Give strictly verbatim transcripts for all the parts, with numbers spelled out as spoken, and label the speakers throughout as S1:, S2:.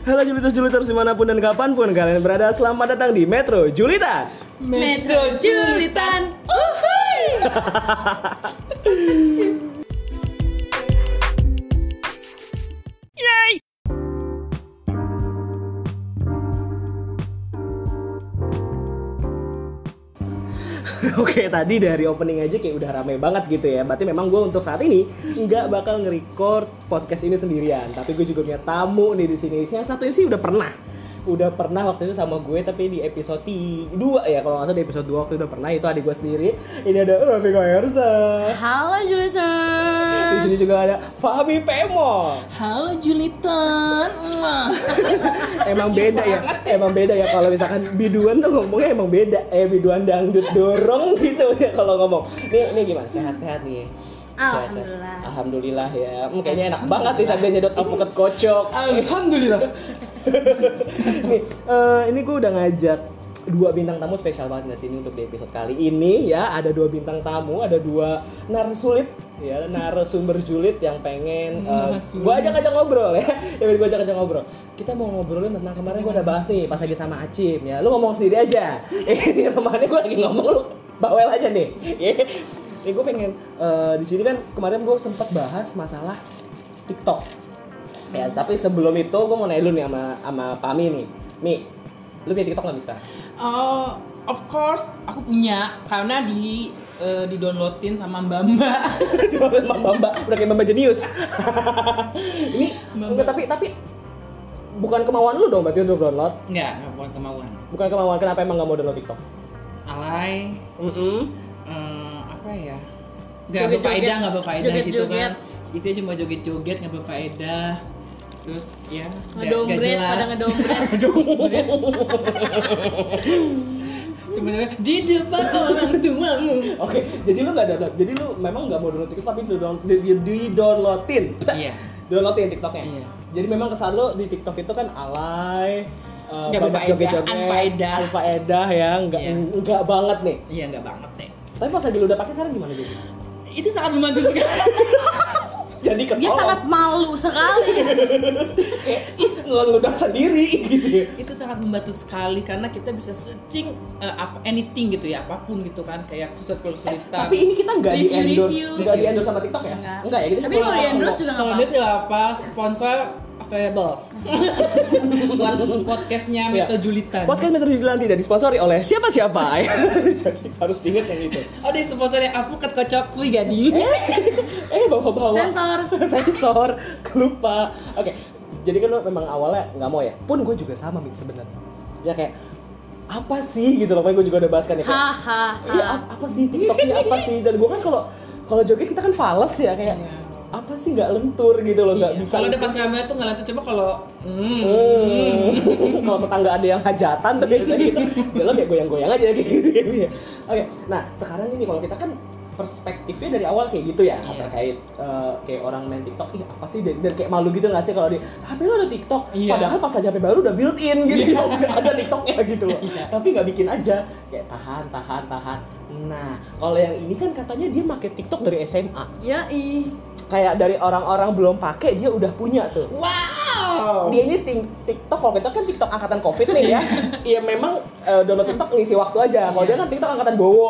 S1: Halo Juliters-Juliters dimanapun dan kapanpun kalian berada, selamat datang di Metro Julitan.
S2: Metro Julitan. Uhuy.
S1: Yay. Oke, tadi dari opening aja kayak udah rame banget gitu ya. Berarti memang gue untuk saat ini nggak bakal nge-record podcast ini sendirian. Tapi gue juga punya tamu nih di sini. Yang satunya sih udah pernah. Udah pernah waktu itu sama gue, tapi di episode dua ya, kalau nggak salah di episode dua waktu itu udah pernah, itu adik gue sendiri. Ini ada Rafika Hersa.
S2: Halo Julitan.
S1: Di sini juga ada Fahmi Pemo.
S2: Halo Julitan.
S1: Emang beda ya, emang beda ya kalau misalkan biduan tuh ngomongnya emang beda. Eh biduan dangdut dorong gitu ya kalau ngomong. Nih, nih gimana? Sehat-sehat nih.
S2: Alhamdulillah.
S1: Alhamdulillah ya. Hmm, kayaknya enak banget nih sambil nyedot alpukat kocok.
S2: Alhamdulillah.
S1: Nih, uh, ini gue udah ngajak dua bintang tamu spesial banget di sini untuk di episode kali ini ya. Ada dua bintang tamu, ada dua narasulit ya, narasumber julid yang pengen uh, gue ajak-ajak ngobrol ya. Ya gue ajak-ajak ngobrol. Kita mau ngobrolin tentang kemarin gue udah bahas nih pas lagi sama Acim ya. Lu ngomong sendiri aja. Ini temannya gue lagi ngomong, lu bawel aja nih. Nih gue pengen uh, di sini kan kemarin gue sempat bahas masalah TikTok. Ya, tapi sebelum itu gue mau nanya dulu nih sama sama Pami nih. Mi, lu punya TikTok nggak sekarang?
S2: Oh, of course aku punya, karena di uh, di-downloadin sama Mbak-mbak.
S1: Di-download sama Mbak-mbak, udah kayak Mbak Jenius. Ini enggak, tapi tapi bukan kemauan lu dong berarti untuk download?
S2: Enggak, bukan kemauan.
S1: Bukan kemauan, kenapa emang nggak mau download TikTok?
S2: Alay.
S1: Mm-hmm.
S2: Um, apa ya? Gak berfaedah, gak berfaedah gitu kan. Istinya cuma joget-joget, gak berfaedah. Terus ya gak, gak jelas. Pada ngedompret. Cuma di depan orang tuamu.
S1: Oke, jadi lu gak download. Jadi lu memang gak mau download TikTok tapi di-downloadin.
S2: Iya.
S1: Downloadin TikToknya.
S2: Iya.
S1: Jadi memang kesan lu di TikTok itu kan alay, uh,
S2: gak berfaedah, unfaedah.
S1: Unfaedah ya, enggak
S2: iya.
S1: enggak banget nih.
S2: Iya, enggak banget nih.
S1: Tapi pas lagi lu udah pakai sekarang gimana jadi?
S2: Itu sangat membantu sekali.
S1: Jadi ketolong.
S3: Dia sangat malu sekali.
S1: Kayak ngeludah sendiri gitu ya.
S2: Itu sangat membantu sekali karena kita bisa searching uh, apa anything gitu ya, apapun gitu kan, kayak kesulitan-kesulitan.
S1: Eh, tapi ini kita enggak di endorse,
S3: review.
S1: enggak di endorse sama TikTok ya?
S3: Enggak.
S1: Enggak ya, kita
S3: tapi kalau di endorse juga
S2: kalau
S3: enggak
S2: dia sih apa sponsor available. Buat podcastnya Metro Julitan.
S1: Podcast Metro Julitan tidak disponsori oleh siapa-siapa ya. Jadi harus diingat yang itu.
S2: Oh, di sponsornya Alpukat Kocok Kui Gading.
S1: Eh, eh bawa-bawa.
S3: Sensor.
S1: Sensor, kelupa. Oke. Jadi kan lo memang awalnya nggak mau ya. Pun gue juga sama Mik sebenarnya. Ya kayak apa sih gitu loh. Makanya gue juga udah bahas kan ya kayak.
S3: Hahaha.
S1: Iya apa sih TikToknya apa sih? Dan gue kan kalau kalau joget kita kan fales ya kayak. Iya. Apa sih nggak lentur gitu loh, nggak iya. bisa.
S2: Kalau depan kamera tuh nggak lentur, coba kalau hmm.
S1: hmm. Kalau tetangga ada yang hajatan tuh biasanya gitu. Dalam ya goyang-goyang aja kayak gitu ya. Oke, nah sekarang ini kalau kita kan perspektifnya dari awal kayak gitu ya, yeah. terkait uh, kayak orang main TikTok, ih apa sih dan, dan kayak malu gitu nggak sih kalau di H P lo ada TikTok, yeah. padahal pas aja H P baru udah built in gitu, yeah. udah ada TikToknya gitu loh, yeah. tapi nggak bikin aja, kayak tahan, tahan, tahan. Nah, kalau yang ini kan katanya dia pakai TikTok dari S M A.
S3: Ya ih.
S1: Kayak dari orang-orang belum pakai dia udah punya tuh.
S2: Wow.
S1: Dia ini ting- TikTok, kalau kita kan TikTok angkatan Covid nih ya. Iya memang uh, download TikTok ngisi waktu aja. Kalau dia kan TikTok angkatan Bowo.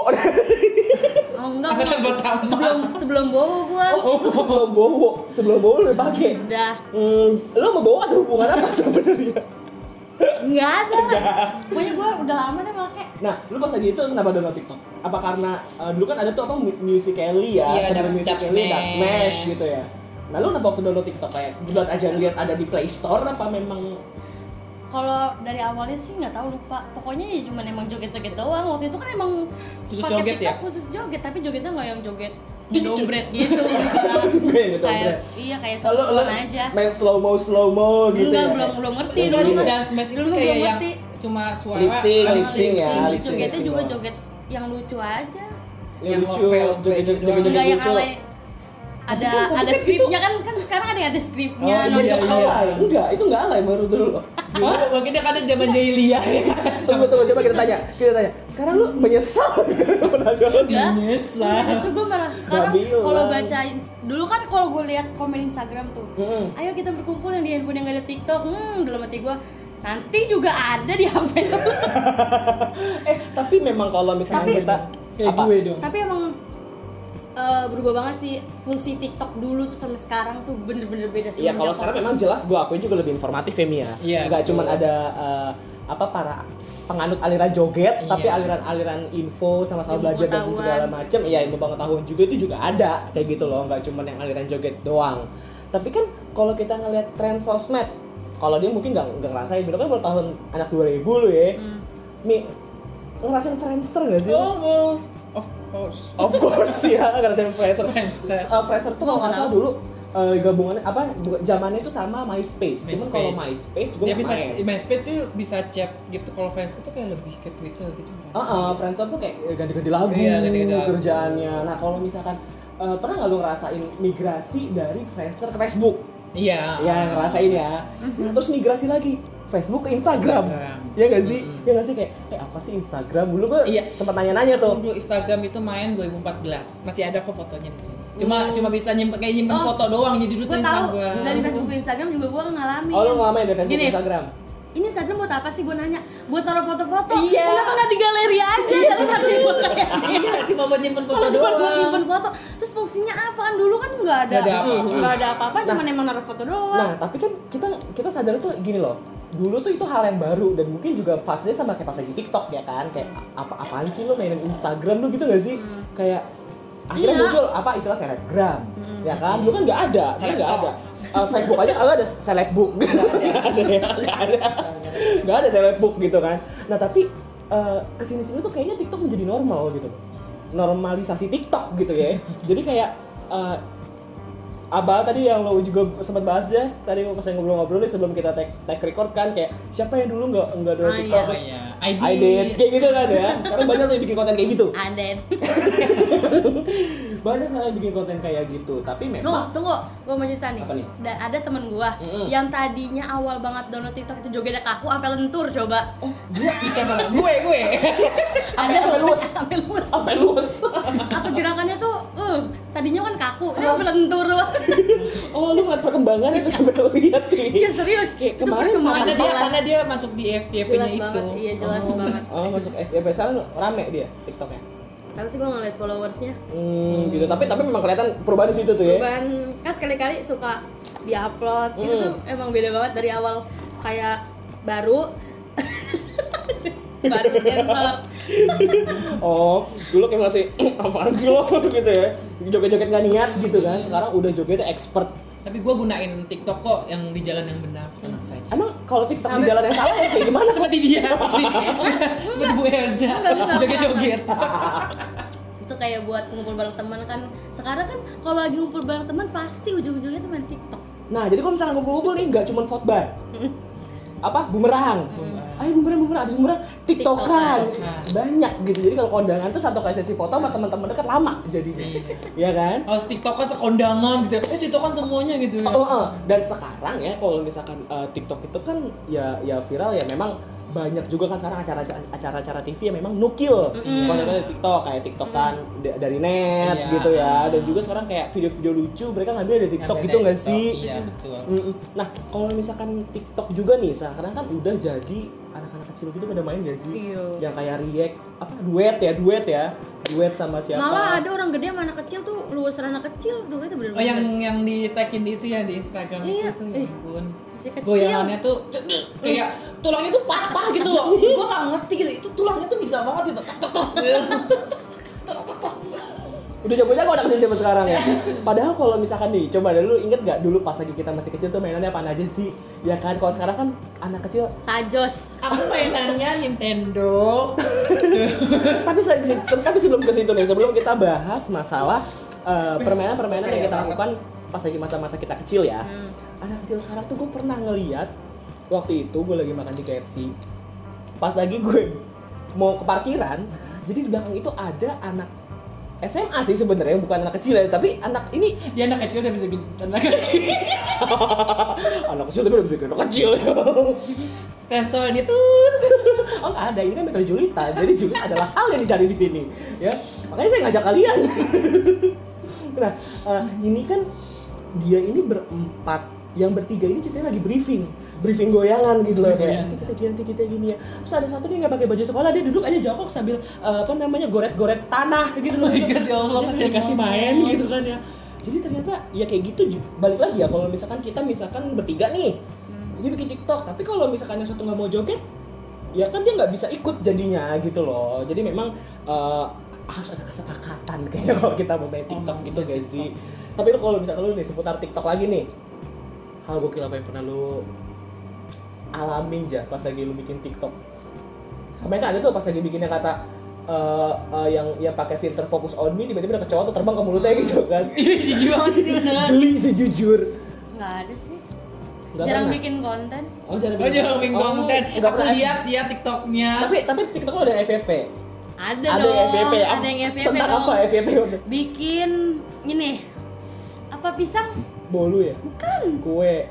S3: Oh enggak.
S2: Angkatan pertama.
S3: Sebelum sebelum Bowo gua.
S1: Oh, sebelum Bowo, sebelum Bowo udah pakai.
S3: Udah.
S1: Hmm, lu sama Bowo ada hubungan apa sebenarnya?
S3: Enggak ada. Pokoknya gua udah lama deh pakai.
S1: Nah, lu pas lagi itu kenapa download TikTok? Apa karena uh, dulu kan ada tuh apa Musical.ly ya,
S2: iya,
S1: sebelum Musical.ly Dub Smash gitu ya. Nah, lu kenapa waktu download TikTok kayak buat aja lihat ada di Play Store apa memang?
S3: Kalau dari awalnya sih nggak tahu, lupa. Pokoknya ya cuma emang joget-joget doang. Waktu itu kan emang
S2: khusus
S3: pakai
S2: joget
S3: TikTok
S2: ya?
S3: Khusus joget, tapi jogetnya nggak yang joget dombret gitu. Kayak iya kayak slow aja.
S1: Main slow mo slow mo gitu.
S3: Enggak,
S1: ya?
S3: belum belum ngerti
S2: dulu.
S3: dulu.
S2: Dan smash itu kayak yang cuma suara
S1: lip sync, lip sync ya.
S3: Jogetnya juga joget yang lucu aja.
S1: Yang lucu, joget-joget
S3: Enggak yang
S1: lucu.
S3: alay. ada kan, ada kan skripnya itu... kan kan sekarang ada ada skripnya.
S1: Oh iya, iya, iya. Enggak, itu enggak alay menurut dulu.
S2: Mungkin dia kan zaman jahiliyah.
S1: Tunggu tunggu coba kita tanya. Kita tanya. Sekarang lu menyesal?
S3: Menyesal. Justru gue malah sekarang kalau bacain dulu kan kalau gue lihat komen Instagram tuh. Hmm. Ayo kita berkumpul yang di handphone yang gak ada TikTok. Hmm, dalam hati gue nanti juga ada di H P lu.
S1: eh, tapi memang kalau misalnya tapi, kita
S2: kayak apa? Gue dong.
S3: Tapi emang Uh, berubah banget sih fungsi TikTok dulu tuh sampai sekarang tuh bener-bener beda sih.
S1: Iya kalau sekarang memang jelas gue akuin juga lebih informatif ya Mia. Iya. Gak cuma ada uh, apa para penganut aliran joget, iya. tapi aliran-aliran info sama-sama belajar dan segala macam. Iya ilmu pengetahuan juga itu juga ada kayak gitu loh. Gak cuma yang aliran joget doang. Tapi kan kalau kita ngelihat tren sosmed, kalau dia mungkin nggak nggak ngerasain. Bener kan baru tahun anak dua ribu lu ya. Hmm. Mi ngerasain Friendster nggak sih?
S2: Oh, of course.
S1: Of course ya, ngerasain Friendster. Uh, Friendster tuh kalau nggak salah dulu uh, gabungannya apa? Zamannya itu sama MySpace. MySpace. Cuman kalau MySpace gue
S2: nggak main. MySpace tuh bisa chat gitu. Kalau Friendster tuh kayak lebih ke Twitter gitu.
S1: Ah, uh, uh, Friendster tuh kayak ganti-ganti lagu, iya, ganti-ganti lagu kerjaannya. Nah kalau misalkan uh, pernah nggak lu ngerasain migrasi dari Friendster ke Facebook?
S2: Iya.
S1: Ya ngerasain ya. Nah terus migrasi lagi. Facebook ke Instagram, Instagram. Ya nggak sih, mm-hmm. ya nggak sih kayak, eh apa sih Instagram dulu gue iya. sempat nanya-nanya tuh.
S2: Dulu Instagram itu main dua ribu empat belas, masih ada kok fotonya di sini. Cuma mm. cuma bisa nyimpen kayak nyimpen oh, foto doang jadi dulu tuh Instagram.
S3: Dari Facebook ke Instagram juga gue ngalamin.
S1: Oh lu ngalamin dari Facebook ke Instagram?
S3: Ini Instagram buat apa sih gue nanya? Buat taruh foto-foto. Iya. Kenapa nggak di galeri aja? Dalam hati gue kayak
S2: iya, cuma buat nyimpen foto doang.
S3: Cuma buat nyimpen foto. Terus fungsinya apa kan dulu kan nggak ada, nggak ada apa-apa, nah, cuma emang naruh foto doang.
S1: Nah tapi kan kita kita sadar tuh gini loh. Dulu tuh itu hal yang baru dan mungkin juga fasenya sama kayak pas lagi TikTok ya kan, kayak apa apaan sih lo mainin Instagram lu gitu nggak sih? Hmm. Kayak akhirnya iya. muncul apa istilah selebgram, hmm. ya kan? Dulu kan nggak ada, kan nggak ada. Uh, Facebook aja ada selebbook, nggak ada ya, nggak ada, nggak ada selebbook gitu kan. Nah tapi uh, kesini-sini tuh kayaknya TikTok menjadi normal gitu, normalisasi TikTok gitu ya. Jadi kayak uh, Abah tadi yang lo juga sempat bahas ya tadi pas ngobrol-ngobrol nih sebelum kita take, take record kan kayak siapa yang dulu nggak nggak download ah, TikTok terus
S2: iya.
S1: I did kayak gitu kan ya sekarang banyak tuh yang bikin konten kayak gitu
S3: I did
S1: banyak yang bikin konten kayak gitu tapi memang
S3: tunggu tunggu gue mau cerita nih,
S1: apa nih?
S3: Da- ada temen gue mm-hmm. yang tadinya awal banget download TikTok itu jogetnya kaku sampai lentur coba
S1: oh dia
S2: siapa gue gue
S3: ada
S1: sampai luas
S3: sampai luas
S1: sampai luas
S3: apa gerakannya tuh uh tadinya kan kaku dia sampai lentur
S1: oh lu ngeliat perkembangan itu sampai lihat nih
S3: ya serius
S1: kayak kemarin
S2: karena dia karena dia masuk di F Y P-nya itu
S3: banget. Iya jelas
S1: oh,
S3: banget
S1: oh masuk F Y P sekarang rame dia TikToknya
S3: tapi sih gue ngeliat followersnya
S1: hmm gitu tapi tapi memang kelihatan perubahan di situ tuh ya
S3: perubahan kan sekali-kali suka diupload hmm. itu tuh emang beda banget dari awal kayak baru baru sensor
S1: oh dulu kayak masih apaan sih lo gitu ya joget-joget nggak niat gitu kan sekarang udah jogetnya expert
S2: tapi gue gunain TikTok kok yang di jalan yang benar tenang saja
S1: emang kalau TikTok di jalan yang salah ya kayak gimana
S2: seperti dia seperti Bu Erza joget-joget
S3: itu kayak buat ngumpul bareng teman kan sekarang kan kalau lagi ngumpul bareng teman pasti ujung-ujungnya tuh main TikTok
S1: nah jadi kalau misalnya ngumpul-ngumpul nih nggak cuma footbar apa bumerang mm. ayo bumerang bumerang abis bumerang tiktokan banyak gitu jadi kalau kondangan tuh satu kali sesi foto sama teman-teman dekat lama jadinya ya kan
S2: oh tiktokan sekondangan gitu eh tiktokan semuanya gitu ya
S1: oh, oh. dan sekarang ya kalau misalkan uh, TikTok itu kan ya ya viral ya memang banyak juga kan sekarang acara-acara T V yang memang nukil mm-hmm. kontennya TikTok kayak TikTokan mm. d- dari net iya. gitu ya dan juga sekarang kayak video-video lucu mereka ngambil dari TikTok ngambil gitu nggak sih
S2: iya betul
S1: mm-hmm. Nah kalau misalkan TikTok juga nih sekarang kan udah jadi anak-anak kecil gitu pada main gak sih
S3: iyo.
S1: Yang kayak react apa duet ya duet ya duet sama siapa
S3: malah ada orang gede sama anak kecil tuh luasan anak kecil tuh itu bener-bener
S2: oh yang yang di tagin itu ya di Instagram
S3: iya.
S2: itu tuh ya ampun
S3: goyangannya
S2: tuh kayak tulangnya tuh patah gitu loh gue gak ngerti gitu itu tulangnya tuh bisa banget gitu tok tok tok
S1: udah jago-jago anak kecil zaman sekarang ya padahal kalau misalkan nih coba dulu inget gak dulu pas lagi kita masih kecil tuh mainannya apa aja sih ya kan kalau sekarang kan anak kecil
S3: tajos
S2: aku mainannya Nintendo
S1: tapi tapi sebelum ke situ nih sebelum kita bahas masalah uh, permainan-permainan yang kita lakukan pas lagi masa-masa kita kecil ya hmm. anak kecil sekarang tuh gue pernah ngeliat waktu itu gue lagi makan di K F C pas lagi gue mau ke parkiran jadi di belakang itu ada anak S M A sih sebenarnya, bukan anak kecil ya, tapi anak ini
S2: dia anak kecil udah bisa bikin anak kecil.
S1: anak kecil tapi udah bisa bikin anak kecil.
S2: Sensor itu.
S1: Oh nggak ada, ini kan Metro Julita, jadi Julita adalah hal yang dicari di sini, ya. Makanya saya ngajak kalian. Nah, uh, ini kan dia ini berempat, yang bertiga ini ceritanya lagi briefing. briefing goyangan gitu loh, kayak kita gini nanti kita gini ya. Terus ada satu dia nggak pakai baju sekolah, dia duduk aja jongkok sambil uh, apa namanya goret-goret tanah gitu loh.
S2: Ingat ya Allah,
S1: pasti dikasih main gitu kan ya. Jadi ternyata ya kayak gitu, balik lagi ya kalau misalkan kita misalkan bertiga nih, hmm. dia bikin TikTok, tapi kalau misalkan yang satu nggak mau joget, ya kan dia nggak bisa ikut jadinya gitu loh. Jadi memang uh, harus ada kesepakatan kayaknya kalau kita mau main TikTok oh, gitu guys sih. Tapi lo kalau misalkan lu nih seputar TikTok lagi nih, hal gokil apa yang pernah lu alamin aja pas lagi lu bikin TikTok? Kemarin kan ada tuh pas lagi bikin yang kata uh, uh, yang yang pakai filter focus on me, tiba-tiba ada kecoa tuh terbang ke mulutnya gitu kan.
S2: Iya jujur banget bener.
S1: Geli sejujur.
S3: Nggak ada sih.
S1: Nggak
S3: jarang
S1: pernah.
S3: bikin konten.
S1: Oh jarang
S2: oh,
S1: bikin,
S2: jarang bikin
S1: oh,
S2: konten.
S1: Nggak
S2: Aku
S1: pernah
S2: lihat dia TikToknya.
S1: Tapi tapi TikTok lo ada F Y P.
S3: Ada,
S1: ada
S3: dong.
S1: F Y P.
S3: Ada yang F Y P
S1: tentang
S3: dong.
S1: apa F Y P?
S3: Bikin ini apa pisang?
S1: Bolu ya?
S3: Bukan.
S1: Kue.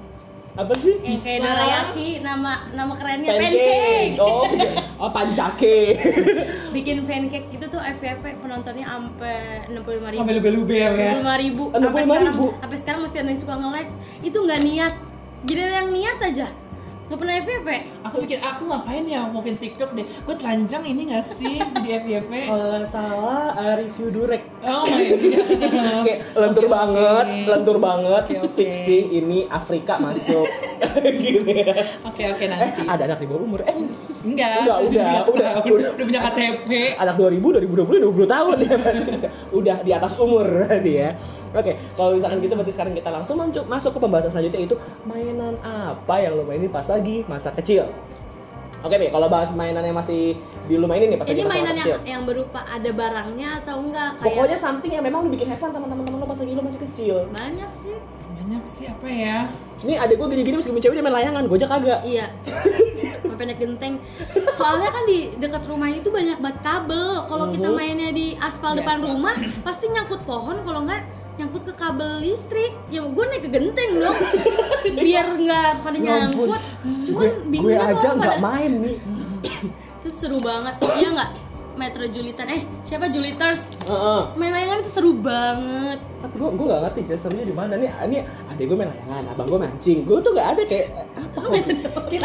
S1: Apa sih?
S3: Yang kayak dorayaki, nama nama kerennya
S1: pancake.
S3: pancake.
S1: Oh, oh pancake.
S3: Bikin pancake itu tuh F Y P penontonnya sampai enam puluh lima ribu.
S2: Sampai lube-lube ya.
S3: enam puluh lima ribu.
S1: enam puluh lima ribu.
S3: Sampai sekarang masih ada yang suka nge-like. Itu nggak niat. Jadi ada yang niat aja. Nggak pernah F Y P.
S2: Aku pikir aku ngapain ya mau bikin TikTok deh. Gue telanjang ini nggak sih di F Y P?
S1: Kalau nggak salah uh, review durek.
S2: Oh my god.
S1: Kayak lentur okay, banget, okay. lentur banget.
S2: Okay, okay.
S1: Fixing ini Afrika masuk. Gitu ya.
S2: Oke oke nanti.
S1: Eh, ada anak di bawah umur. Eh,
S2: enggak.
S1: Enggak, udah, udah,
S2: udah, udah punya K T P.
S1: Anak dua ribu, dua ribu dua puluh, dua puluh tahun ya. Udah di atas umur berarti ya. Oke, kalau misalkan gitu berarti sekarang kita langsung masuk masuk ke pembahasan selanjutnya, itu mainan apa yang lo mainin pas lagi masa kecil. Oke nih, kalau bahas mainan yang masih di lu mainin nih pas
S3: jadi
S1: lagi masa
S3: mainan
S1: kecil.
S3: yang, yang berupa ada barangnya atau enggak? Kayak
S1: Pokoknya something yang memang lu bikin have fun sama teman-teman lo pas lagi lu masih kecil.
S3: Banyak sih.
S2: Banyak sih apa ya?
S1: Ini adek gue gini-gini meskipun cewek dia main layangan, gue aja kagak.
S3: Iya. Sampai naik genteng. Soalnya kan di dekat rumah itu banyak banget kabel. Kalau kita mainnya di aspal
S2: Di
S3: depan
S2: aspal.
S3: rumah, pasti nyangkut pohon. Kalau enggak nyangkut ke kabel listrik. Ya gue naik ke genteng dong. Biar enggak pada nyangkut. Cuman
S1: gue,
S3: bingung
S1: gue
S3: kan
S1: aja
S3: orang
S1: nggak
S3: pada-
S1: main nih.
S3: Itu seru banget. Iya enggak? Metro Julitan. Eh, siapa Juliters?
S1: Heeh.
S3: Main layangan itu seru banget.
S1: Tapi gue gue nggak ngerti serunya di mana nih. Ini adek gue main layangan, abang gue mancing. Gue tuh nggak ada kayak apa.
S3: Main sedotan.
S2: Kita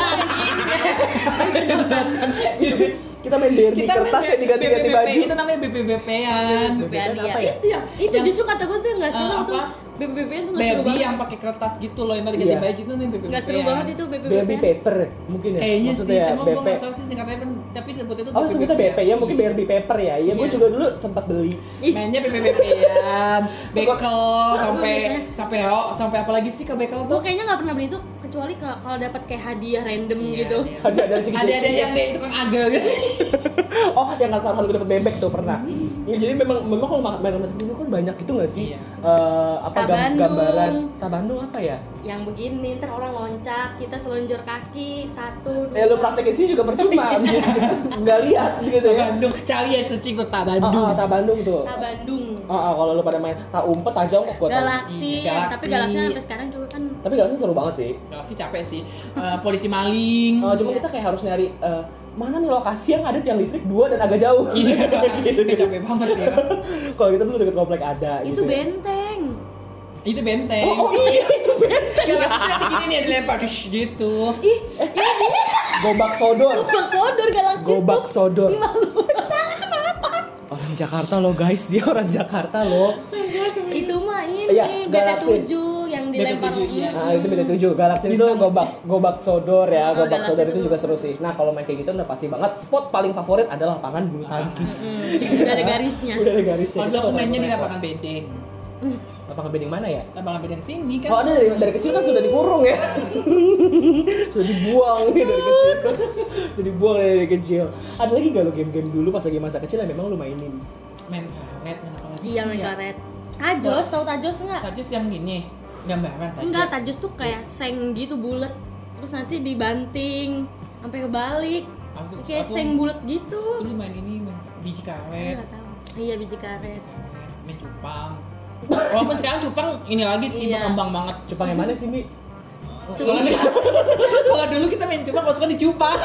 S3: Main sedotan.
S1: Kita main derby
S2: kita
S1: kertas
S2: main
S1: yang diganti-ganti
S2: B P B P,
S1: baju.
S2: itu namanya B P B P-an.
S1: B P B P-an apa ya?
S2: Itu yang
S3: Itu
S2: yang-
S3: justru kata gue tuh nggak seru
S2: Eh,
S3: tuh.
S2: apa?
S3: B P B P itu nggak seru
S2: baby
S3: banget.
S2: yang pakai kertas gitu loh, yang tadi ganti
S1: Iya.
S2: baju itu namanya B P B P.
S3: Nggak seru banget itu B P B P.
S1: Baby paper mungkin ya.
S2: Kayaknya sih,
S1: Maksudnya
S2: cuma
S1: B
S2: gue
S1: P.
S2: nggak tahu sih singkatnya, tapi sebutnya itu
S1: Oh, sebutnya B P ya, mungkin
S2: Iya.
S1: Barbie paper ya. Iya, gue
S2: Iya.
S1: juga dulu sempat beli.
S2: Mainnya B P B P-an, bekel sampai
S3: biasanya-
S2: sampai oh, sampai apa lagi sih ke bekel
S3: Gue
S2: tuh?
S3: kayaknya nggak pernah beli itu kecuali kalau kalau dapat kayak hadiah random
S2: Iya,
S3: gitu.
S2: iya.
S1: Ada ada ciki-ciki.
S2: Ada ada yang itu kan agak gitu.
S1: Oh, yang kata orang gue dapet bebek tuh pernah. Ya, jadi memang memang kalau main masa kecil itu kan banyak gitu nggak sih?
S2: Iya.
S1: Eh, apa gam-
S3: Tabandung.
S1: gambaran Tabandung apa ya?
S3: Yang begini ntar orang loncat, kita selonjor kaki satu.
S1: Eh, lu praktekin sini juga percuma. Nggak lihat gitu ya.
S2: Bandung, cari ya searching tuh
S1: Ah,
S2: Bandung.
S1: ah, Tabandung tuh.
S3: Ta Bandung.
S1: Ah, ah, kalau lu pada main tak umpet tak jongkok gua tahu.
S3: Galaksi,
S2: Iya, Galaksi.
S3: tapi Galaksi sampai sekarang juga kan
S1: Tapi Galaksi seru banget sih.
S2: Galaksi capek sih. Eh, polisi maling.
S1: Uh, cuma kita kayak harus nyari uh, mana nih lokasi yang ada tiang listrik dua dan agak jauh.
S2: Iya,
S1: Gitu.
S2: kayak capek banget ya.
S1: Kalau kita dulu deket komplek ada.
S3: itu
S1: gitu ya.
S3: benteng.
S2: Itu benteng.
S1: Oh, oh iya itu benteng.
S2: Galaksi kan gini nih dilempar shush, gitu.
S3: Ih, ya ini
S1: Gobak sodor.
S3: Gobak sodor Galaksi.
S1: Gobak sodor.
S3: Ih, malu. Salah kenapa?
S1: Orang Jakarta loh guys, dia orang Jakarta loh.
S3: Itu mah ini
S1: Iya,
S3: B T
S1: Galaksi.
S3: tujuh yang dilempar.
S2: B T tujuh, iya.
S1: Nah, itu B T tujuh. Galaksi itu gobak gobak sodor ya.
S3: Oh,
S1: Gobak
S3: Galaksi
S1: sodor
S3: itu
S1: itu juga seru sih. Nah, kalau main kayak gitu udah pasti banget. Spot paling favorit adalah lapangan bulu tangkis.
S3: Hmm, udah ada garisnya.
S1: Udah ada garisnya.
S2: Kalau dulu
S1: Kita
S2: aku mainnya di
S1: selalu
S2: lapangan bedeng.
S1: lapangan bedeng mana ya?
S2: Lapangan bedeng sini kan.
S1: Oh, ada dari, dari kecil kan sudah dikurung ya. Sudah dibuang nih dari kecil. Sudah dibuang dari kecil. Ada lagi gak lo game-game dulu pas lagi masa kecil yang memang lo mainin?
S2: Main karet, main apa lagi?
S3: Iya, main karet. Tajos, tahu tajos enggak?
S2: Tajus yang gini, gambaran tajus.
S3: Enggak, tajos tuh kayak seng gitu bulat. Terus nanti dibanting sampai kebalik.
S2: Aku-
S3: Kayak
S2: aku-
S3: seng bulat gitu.
S2: Dulu main ini, main biji karet.
S3: Enggak tahu. Iya, biji karet.
S2: Main cupang. Walaupun sekarang cupang ini lagi sih
S3: iya.
S2: berkembang banget.
S1: Cupang yang mana sih, Mi?
S2: Kalau kalau dulu kita main cupang, kalau sekarang di cupang.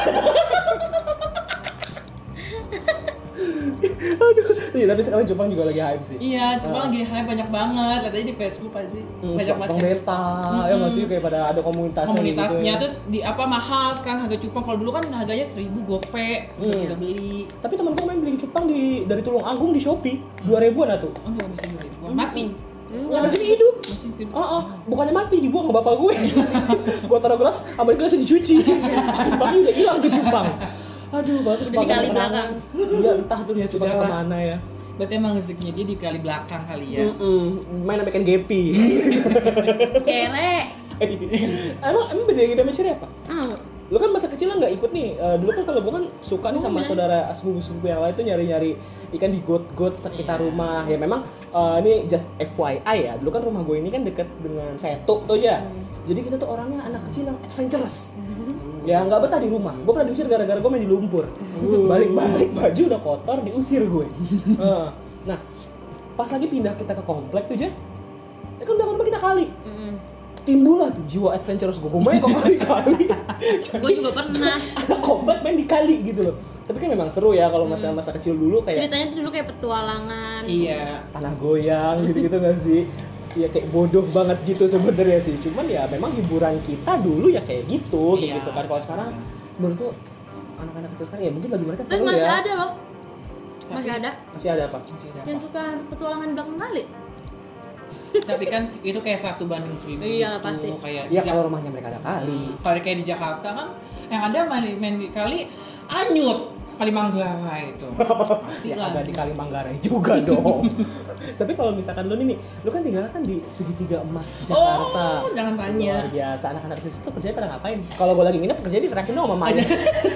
S1: Aduh, iya, tapi sekarang cupang juga lagi hype sih.
S2: Iya, cupang uh. lagi hype banyak banget. Lihat aja di Facebook pasti
S1: hmm,
S2: banyak banget.
S1: Cupang beta, hmm. ya masih kayak pada ada komunitasnya.
S2: Komunitasnya
S1: gitu, ya.
S2: Terus di apa mahal sekarang harga cupang. Kalau dulu kan harganya seribu gope hmm. bisa beli.
S1: Tapi teman-teman main beli cupang di dari Tulung Agung di Shopee dua ribuan lah tuh.
S2: Oh, enggak bisa dua ribuan. Mati.
S1: Enggak, masih hidup. Masih hidup. Oh, oh, bukannya mati, dibuang sama bapak gue. Gue taruh gelas, sama gelasnya dicuci. Tapi udah hilang tuh cupang. Aduh, baru
S3: di kali belakang.
S1: Iya, entah tuh dia cupang kemana ya.
S2: Berarti emang rezekinya dia di kali belakang kali ya.
S1: Mm-mm. Main sama ikan gepi.
S3: Kere.
S1: Emang emang beda gitu sama ciri apa?
S3: Oh.
S1: Lu kan masa kecil nggak ikut nih. Uh, dulu kan kalau gue kan suka nih sama saudara sepupu-sepupu yang lain tuh nyari-nyari ikan di got-got sekitar yeah. rumah. Ya memang uh, ini just F Y I ya. Dulu kan rumah gue ini kan deket dengan Setu tuh ya. Hmm. Jadi kita tuh orangnya anak kecil yang adventurous. Hmm. Ya nggak betah di rumah. Gue pernah diusir gara-gara gue main di lumpur. Hmm. Balik-balik baju udah kotor, diusir gue. uh, nah, pas lagi pindah kita ke komplek tuh aja. Ya kan udah rumah kita kali. Hmm. Timbul lah tuh jiwa adventurous gue, gue main kok kali-kali.
S3: Gue juga pernah
S1: anak komplek main di kali gitu loh. Tapi kan memang seru ya kalau masa masa kecil dulu kayak
S3: ceritanya tuh dulu kayak petualangan.
S2: Iya.
S1: Tanah goyang gitu-gitu nggak sih? Ya kayak bodoh banget gitu sebenarnya sih. Cuman ya memang hiburan kita dulu ya kayak gitu, kayak
S2: iya.
S1: gitu kan. Kalau sekarang menurut tuh anak-anak kecil sekarang ya mungkin bagi mereka seru
S3: masih
S1: ya.
S3: Masih ada loh.
S2: Tapi,
S3: masih ada.
S1: Masih ada apa?
S2: Masih ada
S3: yang
S2: apa?
S3: suka petualangan di belakang kali.
S2: Tapi kan itu kayak satu banding seribu
S3: iya,
S2: gitu.
S3: Pasti.
S1: Kayak ya kalau rumahnya mereka ada kali.
S2: Hmm. Kalau kayak di Jakarta kan yang ada main, main di kali Anyut, Kali Manggarai itu.
S1: Ya agak di Kali Manggarai juga dong. Tapi kalau misalkan lu nih, lu kan tinggal kan di segitiga emas Jakarta.
S2: Oh, jangan tanya.
S1: Luar biasa, anak-anak kecil itu kerjanya pada ngapain? Kalau gue lagi nginep kerjanya diterakin dong sama mamanya.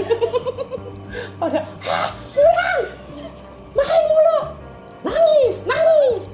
S1: Pada pulang, makan mulu, nangis, nangis.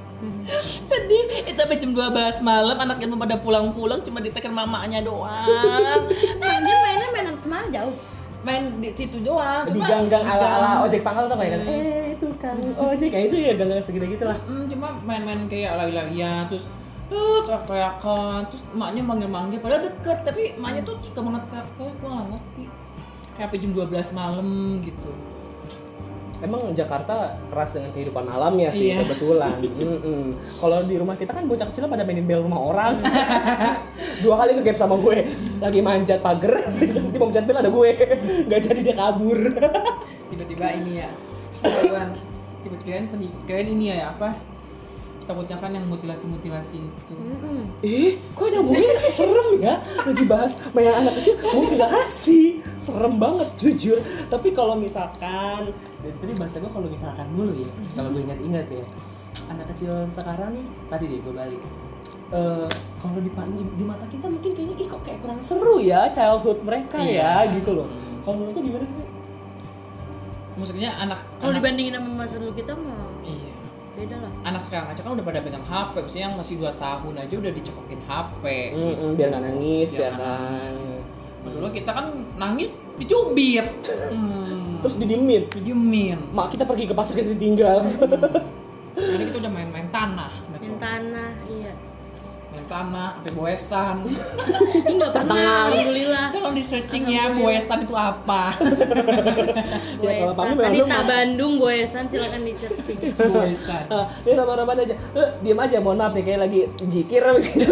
S2: Sedih, itu sampai jam dua belas malam anaknya tuh pada pulang-pulang cuma ditekan mamanya doang.
S3: Dia mainnya mainan kemana jauh?
S2: Main di situ doang.
S1: Di gang-gang ala-ala ojek pangkal tuh kayak kan. Eh itu kan ojek kayak itu ya gang-gang segede gitu lah.
S2: Mm, cuma main-main kayak lari-larian terus uh, teriak-teriakan terus emaknya manggil-manggil padahal deket tapi emaknya tuh suka banget teriak-teriak, gue gak ngerti. Kayak sampai jam dua belas malam gitu.
S1: Emang Jakarta keras dengan kehidupan alamnya sih, iya. Kebetulan. Kalau di rumah kita kan bocah kecil pada mainin bel rumah orang. Dua kali kegap sama gue, lagi manjat pagar, dia mau manjat bel ada gue, nggak jadi dia kabur.
S2: Tiba-tiba ini ya, tiba-tiba pernikahan ini ya apa? Takutnya kan yang mutilasi-mutilasi itu.
S3: Mm-hmm.
S1: Eh, kok nyambungin serem ya? Lagi bahas mainan anak kecil, mutilasi, serem banget jujur. Tapi kalau misalkan, dari tadi bahasa gue kalau misalkan mulu ya, mm-hmm. kalau gue ingat-ingat ya, anak kecil sekarang nih, tadi deh gue balik. Uh, kalau di, di, di mata kita mungkin kayaknya ih kok kayak kurang seru ya childhood mereka iya. ya gitu loh. Kalau menurut lu gimana sih?
S2: Maksudnya anak
S3: kalau dibandingin sama masa dulu kita mah
S2: iya.
S3: Beda lah.
S2: Anak sekarang aja kan udah pada pegang H P, maksudnya yang masih dua tahun aja udah dicekokin H P.
S1: Mm, gitu. Biar nggak nangis biar ya kan.
S2: Dulu kita kan nangis dicubit. Hmm.
S1: Terus didiemin.
S2: Didiemin.
S1: Mak kita pergi ke pasar kita ditinggal.
S2: Hmm. Ini kita udah main-main tanah.
S3: Main tanah, iya.
S2: Main tanah, sampai boesan.
S3: Ini nggak pernah, alhamdulillah.
S2: Tolong di searching ya, boesan itu apa?
S3: Boesan. Ya, Panita Bandung, boesan silakan di searching.
S2: Boesan.
S1: Uh, ini nama-nama aja. Uh, diam aja, mohon maaf nih kayak lagi jikir begitu.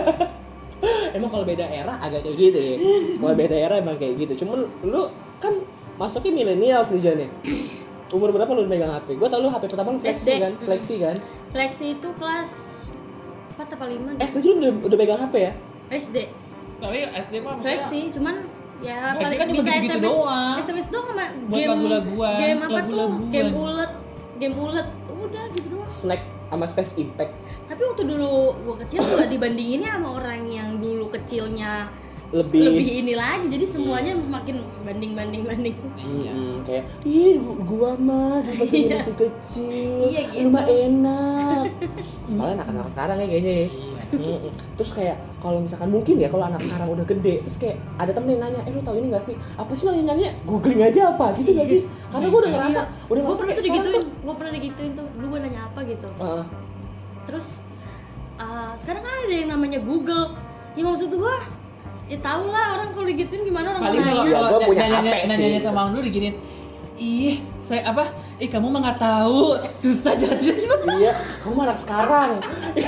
S1: Emang kalau beda era agak kayak gitu ya. Kalau beda era emang kayak gitu. Cuman lu kan masuknya milenial sih Jane. Umur berapa lu megang H P? Gua tau lu H P pertama lu Flexi kan? Flexi kan?
S3: Flexi itu kelas empat atau lima?
S1: S D juga udah, udah pegang H P ya?
S3: S D.
S2: Tapi S D mah
S3: Flexi, cuman ya
S2: paling
S3: kan bisa
S2: gitu
S3: S M S
S2: doang.
S3: S M S doang sama
S2: buat
S3: game
S2: lagu-laguan,
S3: game apa
S2: lagu-laguan.
S3: tuh? Game ulet, game ulet, udah gitu doang.
S1: Snack sama Space Impact.
S3: Tapi waktu dulu gua kecil juga dibandinginnya sama orang yang dulu kecilnya
S1: lebih
S3: lebih ini lagi, jadi semuanya makin banding banding banding.
S2: Iya.
S1: Hmm, kayak ih gua mah pas
S3: iya.
S1: masih kecil,
S3: iya, gitu.
S1: lu mah enak. Malah anak-anak sekarang ya kayaknya ya.
S2: Iya.
S1: Mm-mm. Terus kayak kalau misalkan mungkin ya kalau anak sekarang udah gede, terus kayak ada temen yang nanya, eh lu tahu ini nggak sih? Apa sih lo yang nanya? Googling aja apa gitu nggak sih? Karena gue udah ngerasa,
S3: iya.
S1: udah
S3: gue
S1: ngerasa
S3: pernah
S1: kayak
S3: tuh digituin,
S1: tuh,
S3: gue pernah digituin tuh. Dulu gue nanya apa gitu.
S1: uh,
S3: Terus uh, sekarang kan ada yang namanya Google. Ya maksud gue, ya tau lah orang kalau digituin gimana orang
S2: paling kalau
S1: ya,
S2: kalau
S1: punya
S2: nanya
S1: H P
S2: nanya
S1: sih.
S2: sama lu diginin, ih saya apa? Ih kamu mah nggak tahu, susah jelasin.
S1: Iya, kamu anak sekarang.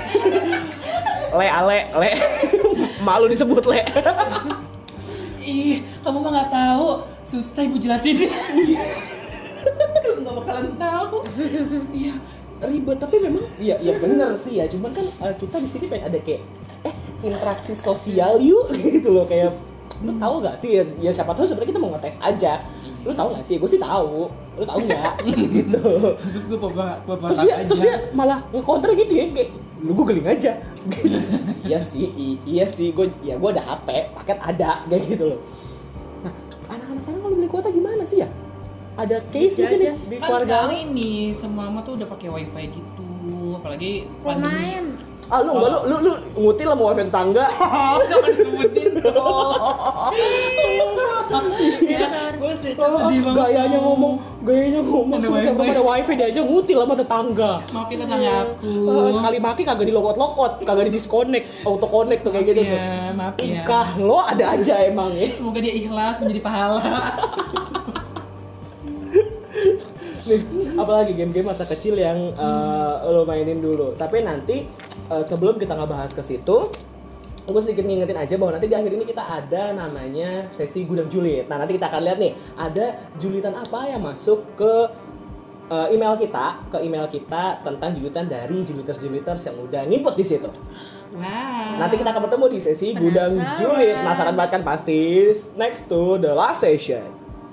S1: Le ale le, malu disebut le.
S2: Ih kamu mah nggak tahu, susah ibu jelasin. Nggak bakalan tahu.
S1: Iya ribet tapi memang iya iya bener sih ya, cuman kan uh, kita di sini pengen ada kayak eh interaksi sosial yuk gitu loh, kayak lu tahu nggak sih ya, ya siapa tahu sebenarnya kita mau ngetes aja, lu tahu nggak sih, gue sih tahu, lu tahu nggak gitu.
S2: Terus gue bawa bawa
S1: terus dia aja. Terus dia malah ngekonter gitu ya, kayak lu googling aja. Iya sih i- iya sih gue ya gue ada H P paket ada kayak gitu loh. Nah anak-anak sana kalau beli kuota gimana sih ya? Ada case mungkin di, di
S2: kan
S1: keluarga.
S2: sekarang ini semua mama tuh udah pakai wifi gitu, apalagi
S3: kalau
S2: pandemi.
S3: main.
S1: Ah lu enggak, lu lu lu ngutil lah mau wifi tetangga.
S2: Jangan disebutin dong.
S3: Ya,
S2: Gue sedih
S1: Oh,
S2: banget.
S1: gayanya ngomong, gayanya ngomong
S2: Ada
S1: semua
S2: wifi.
S1: rumah ada wifi dia aja ngutil sama tetangga.
S2: Maafin tetangga aku.
S1: Ah, sekali maki kagak dilokot-lokot, kagak di disconnect, auto connect tuh kayak gitu tuh.
S2: Iya, maaf ya.
S1: Ikah lo ada aja emang ya.
S2: Semoga dia ikhlas menjadi pahala.
S1: Nih, apalagi game-game masa kecil yang uh, lo mainin dulu. Tapi nanti uh, sebelum kita ngebahas ke situ, gue sedikit ngingetin aja bahwa nanti di akhir ini kita ada namanya sesi gudang julid. Nah nanti kita akan lihat nih ada julitan apa yang masuk ke uh, email kita, ke email kita tentang julitan dari juliters-juliters yang udah nginput di situ.
S2: Wow.
S1: Nanti kita akan bertemu di sesi gudang
S3: Penasaran.
S1: julid. Penasaran banget kan pasti. Next to the last session.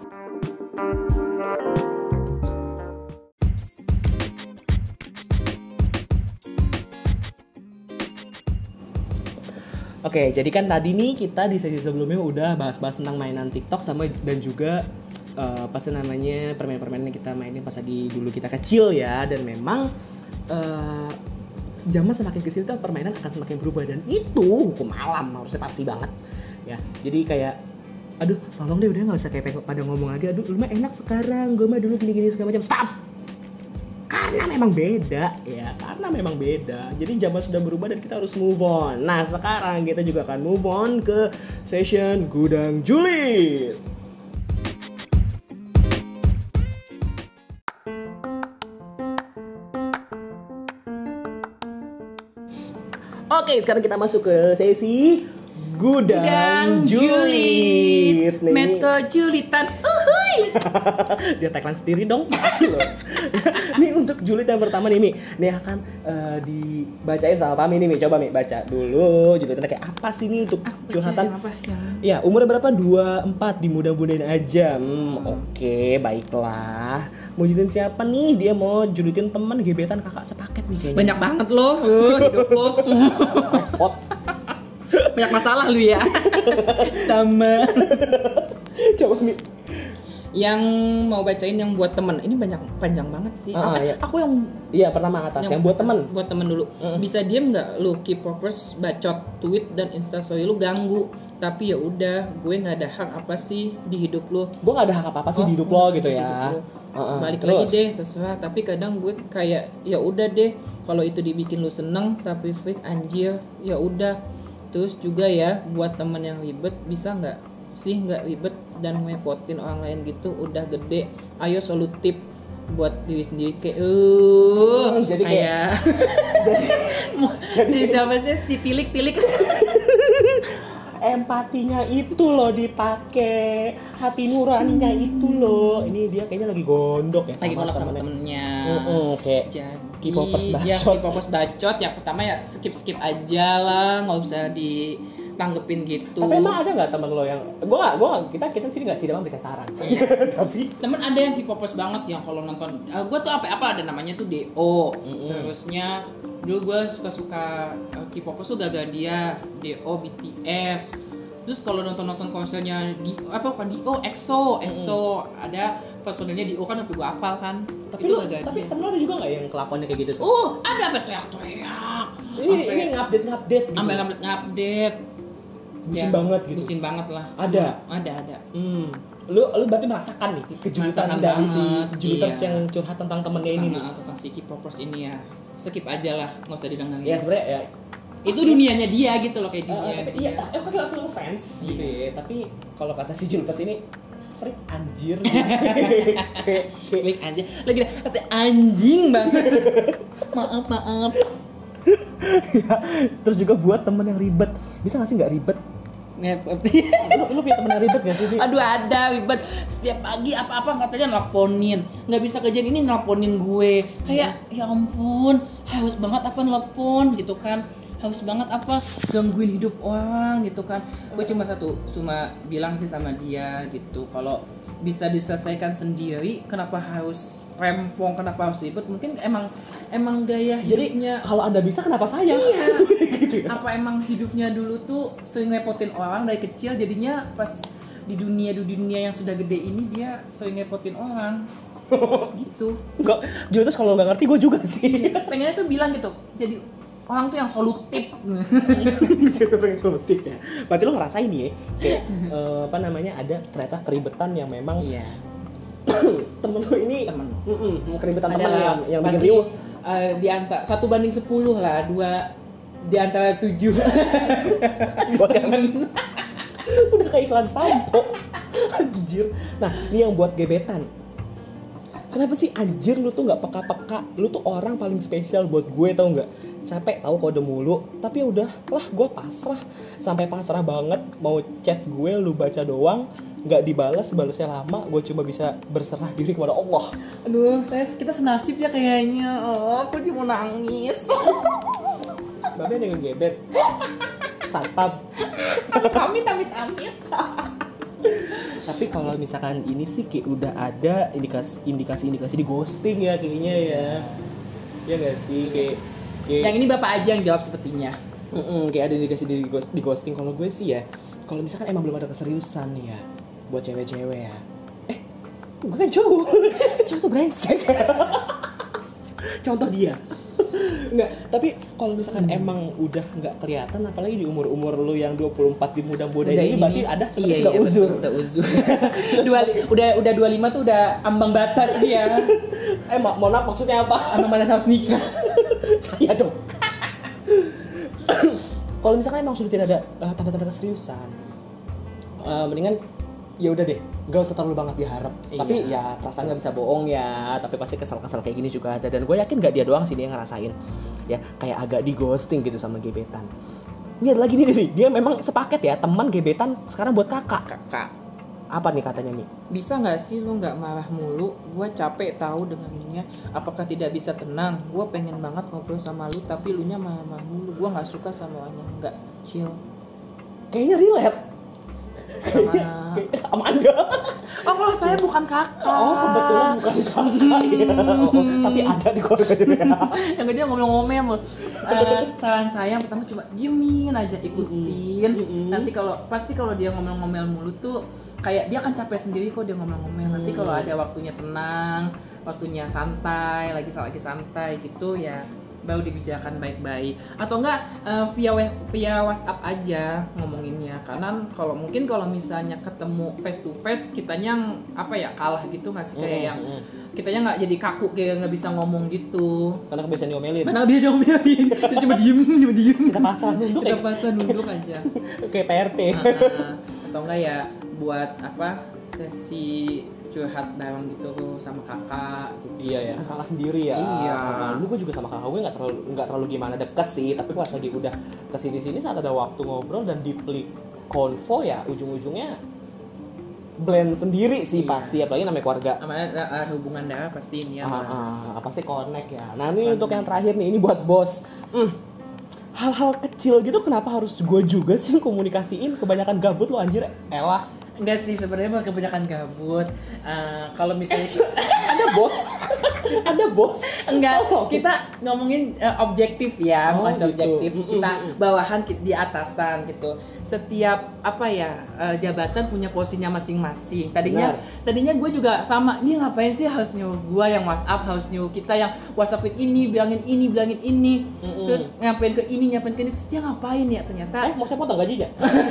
S1: Oke, jadi kan tadi nih kita di sesi sebelumnya udah bahas-bahas tentang mainan TikTok sama dan juga uh, apa sih namanya permainan-permainan yang kita mainin pas lagi dulu kita kecil ya, dan memang uh, zaman semakin kecil tuh permainan akan semakin berubah dan itu hukum alam harusnya pasti banget ya. Jadi kayak aduh tolong deh udah nggak usah kayak pada ngomong lagi aduh lu mah enak sekarang gue mah dulu gini-gini segala macam, stop. Karena memang beda ya, karena memang beda. Jadi zaman sudah berubah dan kita harus move on. Nah sekarang kita juga akan move on ke session gudang julid. Oke, sekarang kita masuk ke sesi gudang,
S2: Gudang
S1: julid.
S2: julid.
S1: Nih,
S2: Meto julitan. Uhuy.
S1: dia tagline sendiri dong, makasih loh. Nih untuk julid yang pertama nih Mi, nih akan uh, dibacain sama Pami nih Mi. Coba Mi baca dulu julidannya kayak apa sih nih untuk curhatan.
S2: Apa yang
S1: Ya umurnya berapa? dua puluh empat, dimudah-mudahin aja. Hmm, oke okay, baiklah. Mau julidin siapa nih? Dia mau julidin teman gebetan kakak sepaket nih kayaknya.
S2: banyak banget loh, uh, hidup lo.
S1: Repot.
S2: Banyak masalah lu ya. Sama.
S1: Coba Mi.
S2: Yang mau bacain yang buat temen ini banyak panjang banget sih.
S1: Ah,
S2: Apa-
S1: iya.
S2: Aku yang
S1: Iya pertama atas yang, yang buat teman.
S2: Buat temen dulu.
S1: Mm.
S2: Bisa diem nggak lu K-popers bacot tweet dan instastory lu ganggu. Tapi ya udah, gue nggak ada hak apa sih di hidup lu.
S1: Gue gak ada hak apa-apa sih
S2: Oh,
S1: di hidup lo gitu
S2: di
S1: ya.
S2: hidup lu.
S1: Uh-uh.
S2: Balik
S1: Terus?
S2: lagi deh, terserah. Tapi kadang gue kayak ya udah deh, kalau itu dibikin lu seneng tapi fake anjir, ya udah. Terus juga ya buat temen yang ribet, bisa nggak sih nggak ribet dan ngerepotin orang lain gitu, udah gede. Ayo solutif buat diri sendiri kayak uh
S1: Hmm, jadi kayak jadi,
S2: jadi siapa sih dipilik-pilik.
S1: empatinya itu loh dipakai, hati nuraninya itu loh. Ini dia kayaknya lagi gondok ya
S2: Lagi
S1: sama
S2: nolak sama
S1: temennya.
S2: temennya.
S1: Mm-mm, kayak
S2: Jadi
S1: K-popers bacot.
S2: ya K-popers bacot. Yang pertama ya skip skip aja lah, nggak usah ditanggepin gitu.
S1: Tapi emang ada nggak teman lo yang gue nggak gue kita kita sini nggak tidak memberikan saran. Tapi
S2: Temen ada yang K-popers banget yang kalau nonton, uh, gue tuh apa apa ada namanya tuh D O.
S1: Mm-mm.
S2: Terusnya dulu gue suka suka uh, K-popers tuh gagal dia D O B T S. Terus kalau nonton nonton konsernya di apa bukan D O EXO EXO ada personilnya D O kan, tapi gue apal kan.
S1: Tapi
S2: itu
S1: lu,
S2: gak ganjil.
S1: tapi temen lu ada juga nggak yang kelakuannya kayak gitu tuh?
S2: Oh, ada apa teriak-teriak.
S1: Ini, ini ngupdate ngupdate gitu.
S2: Sampai ngupdate ngupdate.
S1: Bucin banget gitu.
S2: Bucin banget lah.
S1: Ada.
S2: Ada ada.
S1: Hmm. Lu lu berarti merasakan nih kejutan
S2: Merasakan
S1: dari si
S2: banget,
S1: Juliters
S2: iya.
S1: yang curhat tentang temennya ini nih.
S2: Tentang, tentang si K-popers ini ya. Skip aja lah, nggak usah didengerin.
S1: Ya sebenarnya ya
S2: Itu dunianya dia gitu loh, kayak
S1: uh,
S2: dunia
S1: tapi
S2: dia.
S1: iya, aku kan aku fans
S2: Iya.
S1: gitu ya. Tapi kalau kata si Juliters ini freak anjir gitu. Kayak- kayak-
S2: Klik aja. Lagi kata anjing banget. Maaf maaf.
S1: ya, terus juga buat temen yang ribet. Bisa gak sih gak ribet?
S2: Ngepet.
S1: Lu, lu punya temen yang ribet gak sih? Bi?
S2: Aduh ada ribet. Setiap pagi apa-apa katanya nelponin. Nggak bisa kerjaan ini nelponin gue. Kayak ya ampun, haus banget apa nelpon gitu kan. Haus banget apa gangguin hidup orang gitu kan. Gue cuma satu, cuma bilang sih sama dia gitu. Kalau bisa diselesaikan sendiri, kenapa harus rempong, kenapa harus ribet? Mungkin emang emang gaya
S1: Jadi
S2: hidupnya.
S1: kalau anda bisa kenapa saya?
S2: Iya.
S1: gitu ya?
S2: Apa emang hidupnya dulu tuh sering ngepotin orang dari kecil, jadinya pas di dunia di dunia yang sudah gede ini dia sering ngepotin orang gitu.
S1: Enggak, Juliters kalau nggak ngerti gue juga sih.
S2: Pengennya tuh bilang gitu, jadi orang tuh yang solutif.
S1: Jadi orang yang solutif ya. Berarti lo ngerasain nih ya, kayak eh, apa namanya ada ternyata keribetan yang memang
S2: Iya.
S1: temen lo ini
S2: Temen.
S1: mm-mm, keribetan temen
S2: Adalah
S1: yang yang bikin
S2: pasti,
S1: riuh.
S2: eh, di antara satu banding sepuluh lah, dua di antara tujuh.
S1: Buat yang udah kayak iklan sampo. Anjir. Nah, ini yang buat gebetan. Kenapa sih anjir lu tuh nggak peka-peka? Lu tuh orang paling spesial buat gue, tau nggak? Capek tahu kode mulu, tapi udah lah gue pasrah. Sampai pasrah banget mau chat gue lu baca doang, nggak dibalas, balasnya lama, gue cuma bisa berserah diri kepada Allah.
S2: Aduh, saya kita senasib ya kayaknya. Oh, aku cuma mau nangis.
S1: Babe ada yang gebet. Satpam.
S2: Amit amit amit.
S1: Tapi kalau misalkan ini sih kayak udah ada indikasi indikasi indikasi di ghosting ya kayaknya ya. Ya nggak sih kayak, kayak
S2: Yang ini bapak aja yang jawab sepertinya.
S1: mm-mm, kayak ada indikasi di, ghost- di ghosting. Kalau gue sih ya, kalau misalkan emang belum ada keseriusan nih ya buat cewek-cewek ya. Eh, gue kan cowok. Cowok tuh brengsek. Contoh dia. Enggak, tapi kalau misalkan hmm. emang udah nggak kelihatan, apalagi di umur-umur lu yang dua puluh empat di muda-muda
S2: Udah
S1: ini,
S2: ini,
S1: berarti ada seperti
S2: iya,
S1: sudah
S2: iya,
S1: uzur.
S2: betul, udah uzur. Dua, udah udah dua puluh lima tuh udah ambang batas ya.
S1: Eh, ma- mohon maaf maksudnya apa?
S2: Ambang batas harus nikah.
S1: Saya dong. Kalau misalkan emang sudah tidak ada uh, tanda-tanda keseriusan, uh, mendingan ya udah deh, gak usah terlalu banget diharap.
S2: Iya.
S1: Tapi ya perasaan nggak bisa bohong ya. Tapi pasti kesal-kesal kayak gini juga ada. Dan gue yakin gak dia doang sih dia ngerasain. Ya kayak agak di ghosting gitu sama gebetan. Ini ada lagi nih, nih dia memang sepaket ya, teman gebetan sekarang buat kakak.
S2: Kakak,
S1: Apa nih katanya nih?
S2: bisa nggak sih lu nggak marah mulu? Gue capek tahu dengerinnya. Apakah tidak bisa tenang? Gue pengen banget ngobrol sama lu, tapi lu nya marah-marah mulu. Gue nggak suka sama orang yang nggak chill.
S1: Kayaknya relate.
S2: Sama
S1: Kayak- sama Anda.
S2: oh kalau saya bukan kakak.
S1: Oh kebetulan bukan kakak ya. Oh, tapi ada di keluarga juga.
S2: Yang kerja ngomel-ngomel. Uh, saran saya yang pertama coba diemin aja, ikutin.
S1: Mm-mm.
S2: Nanti kalau pasti kalau dia ngomel-ngomel mulu tuh kayak dia akan capek sendiri kok dia ngomel-ngomel. Nanti kalau ada waktunya tenang, waktunya santai, lagi lagi santai gitu ya baru dibicarakan baik-baik. Atau enggak uh, via via WhatsApp aja ngomonginnya. Karena kalau mungkin kalau misalnya ketemu face to face kitanya yang apa ya kalah gitu nggak sih kayak yang kitanya nggak jadi kaku kayak nggak bisa ngomong gitu.
S1: Karena kebiasaan diomelin.
S2: Mana dia diomelin, dia cuma diem, cuma diem.
S1: Kita pasrah nunduk
S2: Kita
S1: kayak,
S2: pasrah nunduk aja.
S1: kayak P R T.
S2: Nah, atau enggak ya buat apa sesi curhat bareng gitu sama kakak gitu.
S1: Iya ya, kan kakak sendiri ya.
S2: Iya.
S1: Nah, lu gue juga sama kakak gue nggak terlalu nggak terlalu gimana dekat sih, tapi pas lagi udah kesini sini saat ada waktu ngobrol dan deeply konvo ya ujung-ujungnya blend sendiri sih
S2: Iya.
S1: pasti, apalagi namanya keluarga.
S2: Namanya ada hubungan darah pasti ini ya.
S1: Ah, ah, pasti connect ya. Nah ini untuk yang terakhir nih, ini buat bos. Hmm, hal-hal kecil gitu kenapa harus gue juga sih komunikasiin? Kebanyakan gabut lo anjir, elah.
S2: Enggak sih, sebenarnya mah kebanyakan gabut. Uh, kalau misalnya
S1: ada bos, ada bos.
S2: Enggak, kita ngomongin uh, objektif ya,
S1: oh,
S2: bukan
S1: gitu.
S2: subjektif. Kita bawahan di atasan gitu. Setiap apa ya uh, jabatan punya posisinya masing-masing. Tadinya, Benar. tadinya gue juga sama. Dia ngapain sih harus nyuruh gue yang WhatsApp, harus nyuruh kita yang WhatsAppin ini, bilangin ini, bilangin ini. Mm-hmm. Terus ngapain ke ini, ngapain ke ini. Terus dia ngapain ya ternyata?
S1: Eh, mau saya potong gajinya?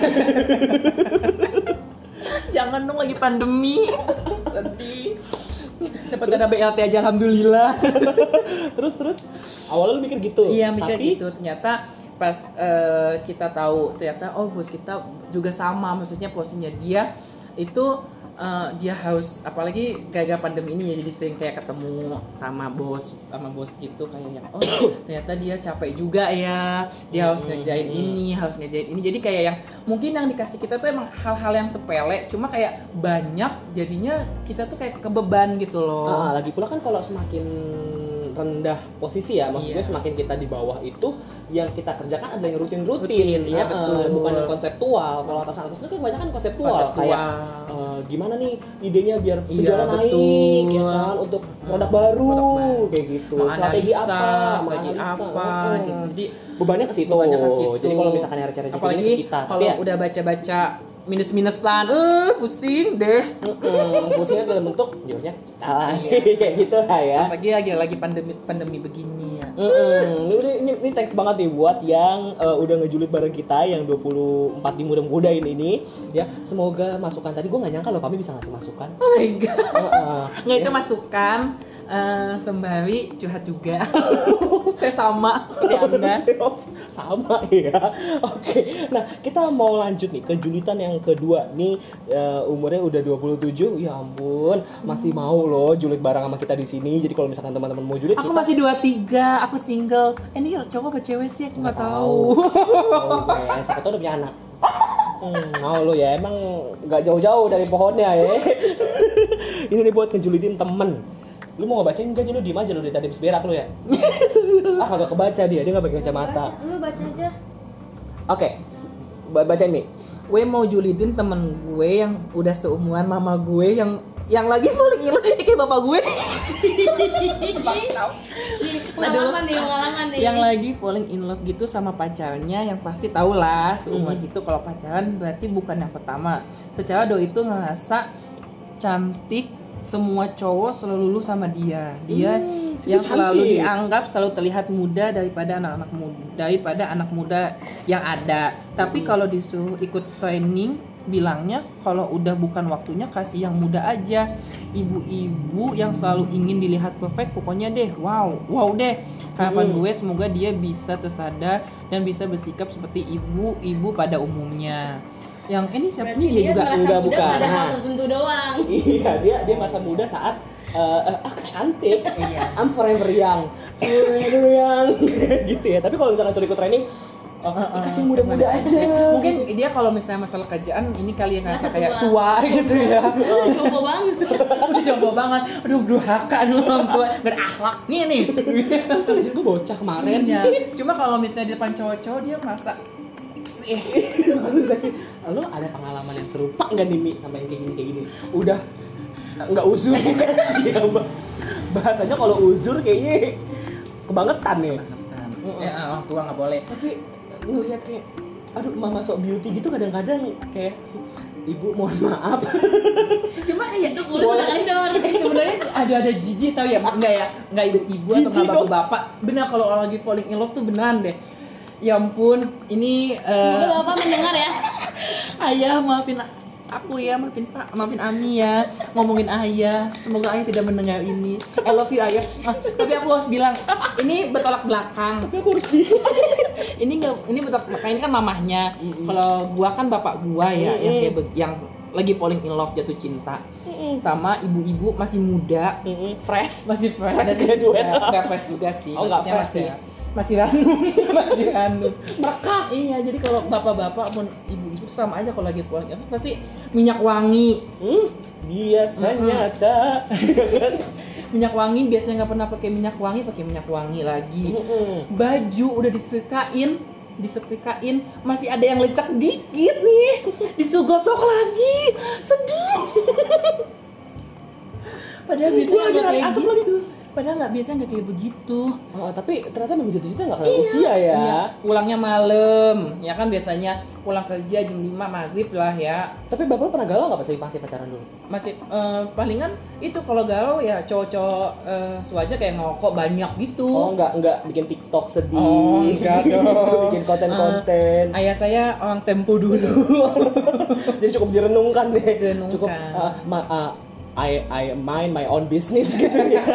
S2: Jangan dong, lagi pandemi. Sedih. Dapat dana B L T aja alhamdulillah.
S1: Terus terus awalnya lu mikir gitu.
S2: Iya, mikir
S1: tapi...
S2: gitu. Ternyata pas uh, kita tahu ternyata oh bos kita juga sama, maksudnya posisinya dia itu uh, dia harus, apalagi gara-gara pandemi ini ya, jadi sering kayak ketemu sama bos sama bos gitu kayak yang oh ternyata dia capek juga ya, dia harus ngerjain ini, harus ngerjain ini. Jadi kayak yang mungkin yang dikasih kita tuh emang hal-hal yang sepele, cuma kayak banyak jadinya kita tuh kayak kebeban gitu loh.
S1: Ah, lagi pula kan kalau semakin rendah posisi ya, maksudnya iya. semakin kita di bawah itu yang kita kerjakan adalah yang rutin-rutin,
S2: ya, betul.
S1: Bukan yang konseptual. Kalau atasan-atasan itu kan kebanyakan konseptual,
S2: konseptual.
S1: kayak uh, gimana nih idenya biar
S2: iya,
S1: berjalan naik, ya kan, untuk produk baru,
S2: produk baru.
S1: Kayak gitu.
S2: Mau
S1: strategi
S2: analisa,
S1: apa,
S2: strategi apa, uh, gitu. Jadi
S1: bebannya ke situ. Jadi kalau misalkan R C R C
S2: apalagi
S1: ke kita,
S2: kalau ya, udah baca-baca minus-minusan, eh pusing deh.
S1: Mm-mm, pusingnya dalam bentuk jauhnya kalah, kayak gitu lah ya.
S2: Apalagi lagi lagi pandemi pandemi begini ya.
S1: Mm-mm. Ini, ini, ini thanks banget nih buat yang uh, udah ngejulit bareng kita yang dua puluh empat di muda-muda ini, ini ya. Semoga masukan tadi, gue nggak nyangka loh kami bisa ngasih masukan.
S2: Oh my god. Uh-uh. Nggak, itu
S1: ya.
S2: masukan uh, sembari curhat juga. Saya sama seperti Anda.
S1: Sama ya. Oke. Nah, kita mau lanjut nih ke julitan yang kedua nih, uh, umurnya udah dua puluh tujuh. Ya ampun, masih mau loh julit bareng sama kita di sini. Jadi kalau misalkan teman-teman mau julit,
S2: aku
S1: kita...
S2: masih dua puluh tiga, aku single. Eh, ini cowok apa cewek sih? Aku nggak tahu.
S1: Oke, okay. Siapa tahu udah punya anak. Hmm, mau lo ya, emang nggak jauh-jauh dari pohonnya ya. Ini nih buat ngejulitin temen. Lu mau ngebacain enggak aja, lu diem aja lu dari tadi habis berak lu ya. Ah, kagak kebaca dia, dia nggak pakai kacamata.
S3: Lu baca aja.
S1: Oke, okay. Bacain nih.
S2: Gue mau julitin temen gue yang udah seumuran mama gue yang yang lagi falling in love, kayak bapak gue.
S3: Pengalaman nih, pengalaman nih.
S2: Yang lagi falling in love gitu sama pacarnya, yang pasti tau lah seumur mm-hmm. gitu. Kalau pacaran berarti bukan yang pertama. Secara doi itu ngerasa cantik, semua cowok selalu lulu sama dia. Dia hmm, yang selalu cantik. Dianggap selalu terlihat muda daripada anak-anak muda, daripada anak muda yang ada. Tapi hmm. kalau disuruh ikut training, bilangnya kalau udah bukan waktunya kasih yang muda aja. Ibu-ibu yang selalu ingin dilihat perfect, pokoknya deh wow, wow deh. Harapan hmm. gue semoga dia bisa tersadar dan bisa bersikap seperti ibu-ibu pada umumnya. Yang ini siapa nih, dia, dia juga
S3: enggak
S2: bukan
S3: pada hal tertentu doang.
S1: Iya, dia dia masa muda saat uh, uh, aku cantik. Iya. I'm forever young. Forever young. Gitu ya. Tapi kalau misalkan suruh ikut training, uh, uh, uh, kasih muda-muda aja.
S2: Mungkin dia kalau misalnya masalah kerjaan ini kali yang ngerasa kayak tua, tua gitu ya.
S3: Jompo banget.
S2: Udah jompo banget. Aduh, durhaka nih orang tua, berakhlak. Nih nih.
S1: Sampai gue bocah kemarin.
S2: Ya. Cuma kalau misalnya di depan cowok-cowok dia merasa
S1: eh, seksi. Lo ada pengalaman yang serupa nggak nih Mi sama yang kayak gini kayak gini? Udah nggak uzur juga sih ya, bahasanya kalau uzur kayaknya kebangetan nih.
S2: Kebangetan. Ya orang tua nggak boleh.
S1: Tapi ngelihat kayak, aduh mama sok beauty gitu kadang-kadang kayak ibu mohon maaf.
S3: Cuma kayak tuh kulit udah kendor.
S2: Eh sebenarnya ada ada jijik tau ya, nggak ya, nggak ibu-ibu atau nggak bapak-bapak. Benar kalau orang lagi falling in love tuh beneran deh. Ya ampun, ini uh,
S3: semoga bapak mendengar ya.
S2: Ayah maafin aku ya, maafin Pak, maafin Ami ya, ngomongin ayah. Semoga ayah tidak mendengar ini. I love you ayah. Nah, tapi aku harus bilang, ini bertolak belakang.
S1: Tapi aku harus bilang.
S2: ini nggak, ini bertolak belakang. Ini kan mamahnya. Mm-hmm. Kalau gua kan bapak gua ya, mm-hmm. yang kayak be- yang lagi falling in love, jatuh cinta. Mm-hmm. Sama ibu-ibu masih muda,
S1: mm-hmm. fresh,
S2: masih fresh.
S1: Masih graduate.
S2: Nggak fresh juga sih.
S1: Oh nggak fresh
S2: masih,
S1: ya.
S2: Masih ranum, masih ranum.
S1: Merekah.
S2: Iya, jadi kalau bapak-bapak pun ibu-ibu sama aja kalau lagi falling in love pasti minyak wangi.
S1: Hmm, biasanya mm-hmm. ada.
S2: Minyak wangi biasanya nggak pernah pakai minyak wangi, pakai minyak wangi lagi. Mm-hmm. Baju udah disekain disetrikain, masih ada yang lecek dikit nih, disugosok lagi, sedih. Padahal biasanya nggak kayak gitu. Padahal nggak biasa nggak kayak begitu.
S1: Oh, tapi ternyata memang jatuh-jatuhnya nggak kayak usia ya.
S2: Iya, pulangnya malam, ya kan biasanya pulang kerja jam lima maghrib lah ya.
S1: Tapi bapak lo pernah galau nggak pas masih pacaran dulu?
S2: Masih uh, palingan itu kalau galau ya cowok-cowok uh, suaja kayak ngokok banyak gitu.
S1: Oh, nggak nggak bikin TikTok sedih.
S2: Oh, enggak dong.
S1: Bikin konten-konten.
S2: Uh, ayah saya orang Tempo dulu.
S1: Jadi cukup direnungkan deh.
S2: Direnungkan.
S1: Cukup uh, ma- uh, I I mind my own business gitu ya.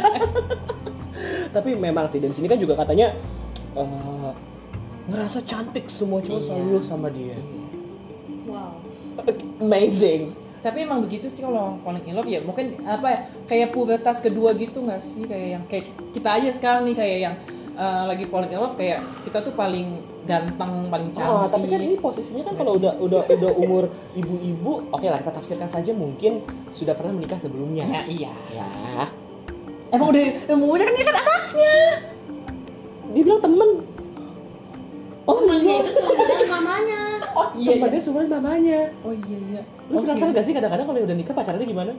S1: Tapi memang sih, dan sini kan juga katanya uh, ngerasa cantik semua cowok
S2: iya.
S1: selalu sama dia.
S3: Wow.
S1: Amazing.
S2: Tapi emang begitu sih kalau falling in love ya, mungkin apa ya, kayak pubertas kedua gitu nggak sih, kayak yang kayak kita aja sekarang nih kayak yang uh, lagi falling in love, kayak kita tuh paling ganteng, paling cantik.
S1: Oh, tapi kan ini posisinya kan kalau udah udah udah umur ibu-ibu, oke okay lah kita tafsirkan saja mungkin sudah pernah menikah sebelumnya.
S2: Ya, iya.
S1: Ya.
S2: Emang udah emang udah kan dia kan anaknya.
S1: Dia bilang temen.
S3: Oh, temennya itu sebenarnya mamanya.
S1: Oh iya, temen dia sebenarnya mamanya.
S2: Oh iya iya.
S1: Lu
S2: Okay.
S1: penasaran gak sih kadang-kadang kalau udah nikah pacarannya gimana?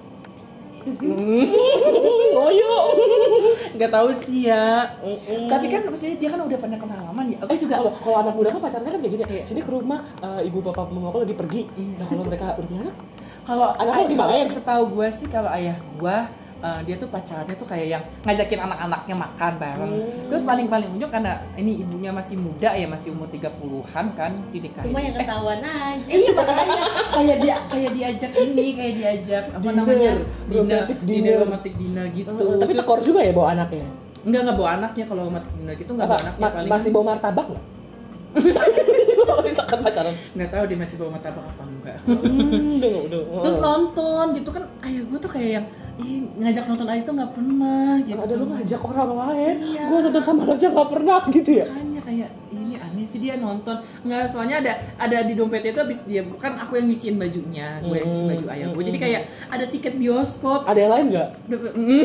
S1: Oh yuk.
S2: Nggak tahu sih ya.
S1: Mm-mm.
S2: Tapi kan maksudnya dia kan udah pernah pengalaman ya. Aku
S1: Eh,
S2: juga
S1: kalau kalau anak muda kan pacarnya kan kayak gini.
S2: Iya.
S1: Sini ke rumah, uh, ibu bapak mama aku lagi pergi.
S2: Iya.
S1: Nah, kalau mereka udah punya anak,
S2: kalau
S1: Anak lo
S2: ay-
S1: gimana
S2: kalau
S1: ya?
S2: setahu gue sih kalau ayah gue uh, dia tuh pacarnya tuh kayak yang ngajakin anak-anaknya makan bareng.
S1: Hmm.
S2: Terus paling-paling ujung karena ini ibunya masih muda ya, masih umur tiga puluhan kan dinikahin.
S3: Cuma yang
S2: Eh,
S3: ketahuan aja.
S2: iya makanya kayak dia kayak diajak ini kayak diajak apa
S1: Dinner,
S2: namanya
S1: romantic dinner.
S2: dinner romantic dinner gitu.
S1: Uh, tapi
S2: Terus
S1: tekor juga ya bawa anaknya.
S2: enggak enggak bawa anaknya, kalau romantic dinner gitu enggak
S1: Apa?
S2: bawa anaknya,
S1: Ma-
S2: paling
S1: masih bawa martabak nggak? Kalau misalkan pacaran.
S2: nggak tahu dia masih bawa martabak apa enggak.
S1: Hmm, udah, udah.
S2: Terus nonton gitu kan, ayah gue tuh kayak yang ih, ngajak nonton aja tuh nggak pernah gitu.
S1: Ada lu ngajak orang lain,
S2: Iya.
S1: gua nonton sama aja nggak pernah gitu ya.
S2: Makanya kayak ini aneh sih dia nonton nggak, soalnya ada ada di dompetnya itu habis dia, bukan aku yang nyuciin bajunya, gue yang nyuciin baju ayah gue, jadi kayak ada tiket bioskop.
S1: Ada yang lain nggak?
S2: Mm.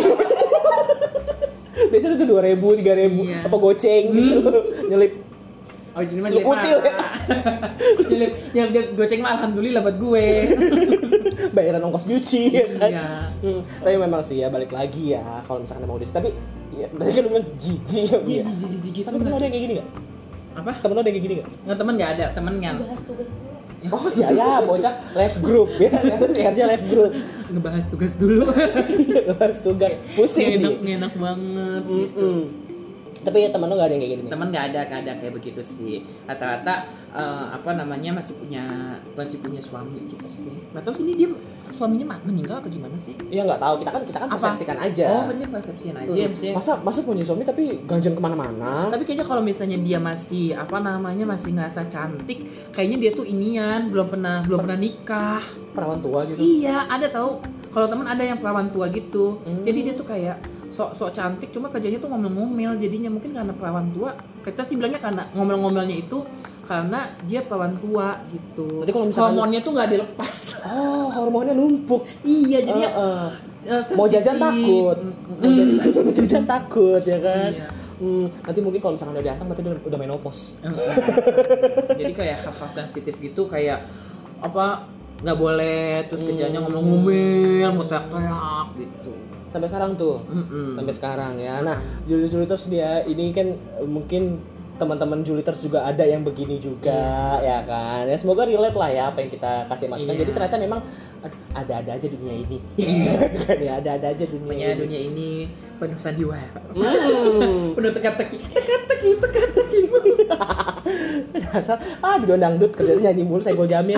S1: Biasanya tuh dua ribu, tiga ribu,
S2: Iya.
S1: apa goceng gitu, nyelip.
S2: Oh jadi mah
S1: Lu
S2: nyelip
S1: kutil ya?
S2: nyelip nyelip goceng mah alhamdulillah buat gue.
S1: Bayaran ongkos nyuci ya kan.
S2: Iya.
S1: Hmm, tapi memang sih ya balik lagi ya kalau misalkan mau di tapi ya, tadi kan lu bilang jijik ya. Bu, ya.
S2: Jijik jijik gitu.
S1: Tapi temen
S2: nggak
S1: lo ada
S2: sih?
S1: yang kayak gini nggak?
S2: Apa?
S1: Temen lo ada yang kayak gini nggak?
S2: Nggak, temen nggak ada, temennya
S3: Bahas tugas dulu.
S1: Oh iya ya, bocah live group ya. Si Herja live group.
S2: ngebahas tugas dulu.
S1: Bahas tugas pusing
S2: Ngenak
S1: nih.
S2: ngenak banget gitu.
S1: Mm-mm. Tapi ya temen lo gak ada yang kayak gini nih?
S2: Teman nggak ada, nggak ada kayak begitu sih. Rata-rata eh, apa namanya masih punya masih punya suami gitu sih. Nggak tahu sih ini dia suaminya ma- meninggal apa gimana sih?
S1: Iya nggak tahu, kita kan kita kan
S2: Apa?
S1: persepsikan aja.
S2: Oh bener persepsian aja
S1: Hmm.
S2: maksudnya.
S1: Masa masa punya suami tapi ganjen kemana-mana?
S2: Tapi kayaknya kalau misalnya dia masih apa namanya masih ngerasa cantik, kayaknya dia tuh inian belum pernah belum pernah nikah.
S1: Perawan tua gitu.
S2: Iya ada tahu. Kalau teman ada yang perawan tua gitu.
S1: Hmm.
S2: Jadi dia tuh kayak sok-sok cantik, cuma kerjanya tuh ngomel-ngomel. Jadinya mungkin karena perawan tua. Kita sih bilangnya karena ngomel-ngomelnya itu karena dia perawan tua gitu.
S1: Berarti kalau misalkan-
S2: hormonnya tuh nggak dilepas.
S1: Oh, hormonnya numpuk.
S2: Iya jadi
S1: Eh, eh.
S2: eh,
S1: Mau jajan
S2: sensitif.
S1: takut. Mau jajan, jajan takut ya kan.
S2: Iya.
S1: Hmm, nanti mungkin kalau misalkan udah diantang berarti udah, udah menopause.
S2: Eh, eh. Jadi kayak hal-hal sensitif gitu, kayak apa nggak boleh, terus kerjanya ngomel-ngomel, mau teriak-teriak gitu.
S1: Sampai sekarang tuh.
S2: Mm-mm.
S1: Sampai sekarang ya. Nah, Juliters dia ini kan eh, mungkin teman-teman Juliters juga ada yang begini juga ya kan. Ya semoga relate lah ya apa yang kita kasih masukan.
S2: Iya.
S1: Jadi ternyata memang aduh, ada-ada aja dunia ini. Kan ya, ada-ada aja dunia
S2: Punya
S1: ini.
S2: dunia ini penuh sandiwara.
S1: Hmm.
S2: Penuh teka-teki, teka-teki, teka-teki.
S1: Dasar, ah bido dangdut kerjanya nyanyi mulu saya Saiful Jamil.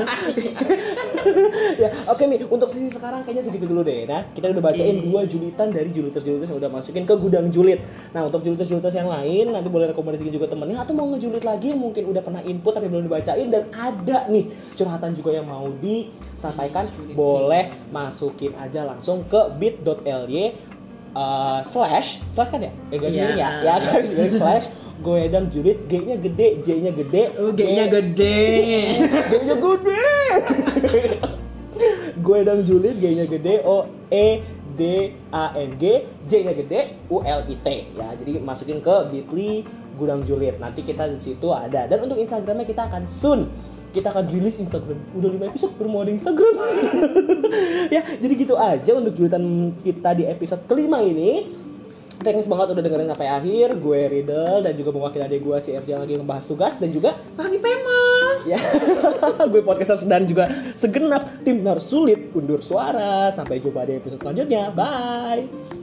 S1: Ya, oke Mi, untuk sesi sekarang kayaknya segitu dulu deh. Nah, kita udah bacain
S2: Oke.
S1: dua julitan dari juliters-juliters yang udah masukin ke gudang julit. Nah, untuk juliters-juliters yang lain nanti boleh rekomendasiin juga temennya atau mau ngejulit lagi yang mungkin udah pernah input tapi belum dibacain dan ada nih curhatan juga yang mau disampaikan, boleh masukin aja langsung ke bit.ly uh, slash slash kan ya? Eh, garis
S2: Iya.
S1: miring ya? Ya, garis miring slash goedang julit, G-nya gede, J-nya gede,
S2: Oh, G-nya gede.
S1: G-nya gede. Goedang julit, G-nya gede, O E D D A N G, J-nya gede, U L I T ya. Jadi masukin ke bit.ly Gudang Julid. Nanti kita di situ ada. Dan untuk Instagramnya kita akan soon kita akan rilis Instagram. Udah lima episode baru mau ada Instagram. Ya, jadi gitu aja untuk julitan kita di episode kelima ini. Thanks banget udah dengerin sampai akhir. Gue Riddle dan juga mewakili adik gue si Erja lagi ngebahas tugas dan juga
S2: Fahmi Pema.
S1: Ya, gue podcaster dan juga segenap tim Narsulit undur suara. Sampai jumpa di episode selanjutnya. Bye.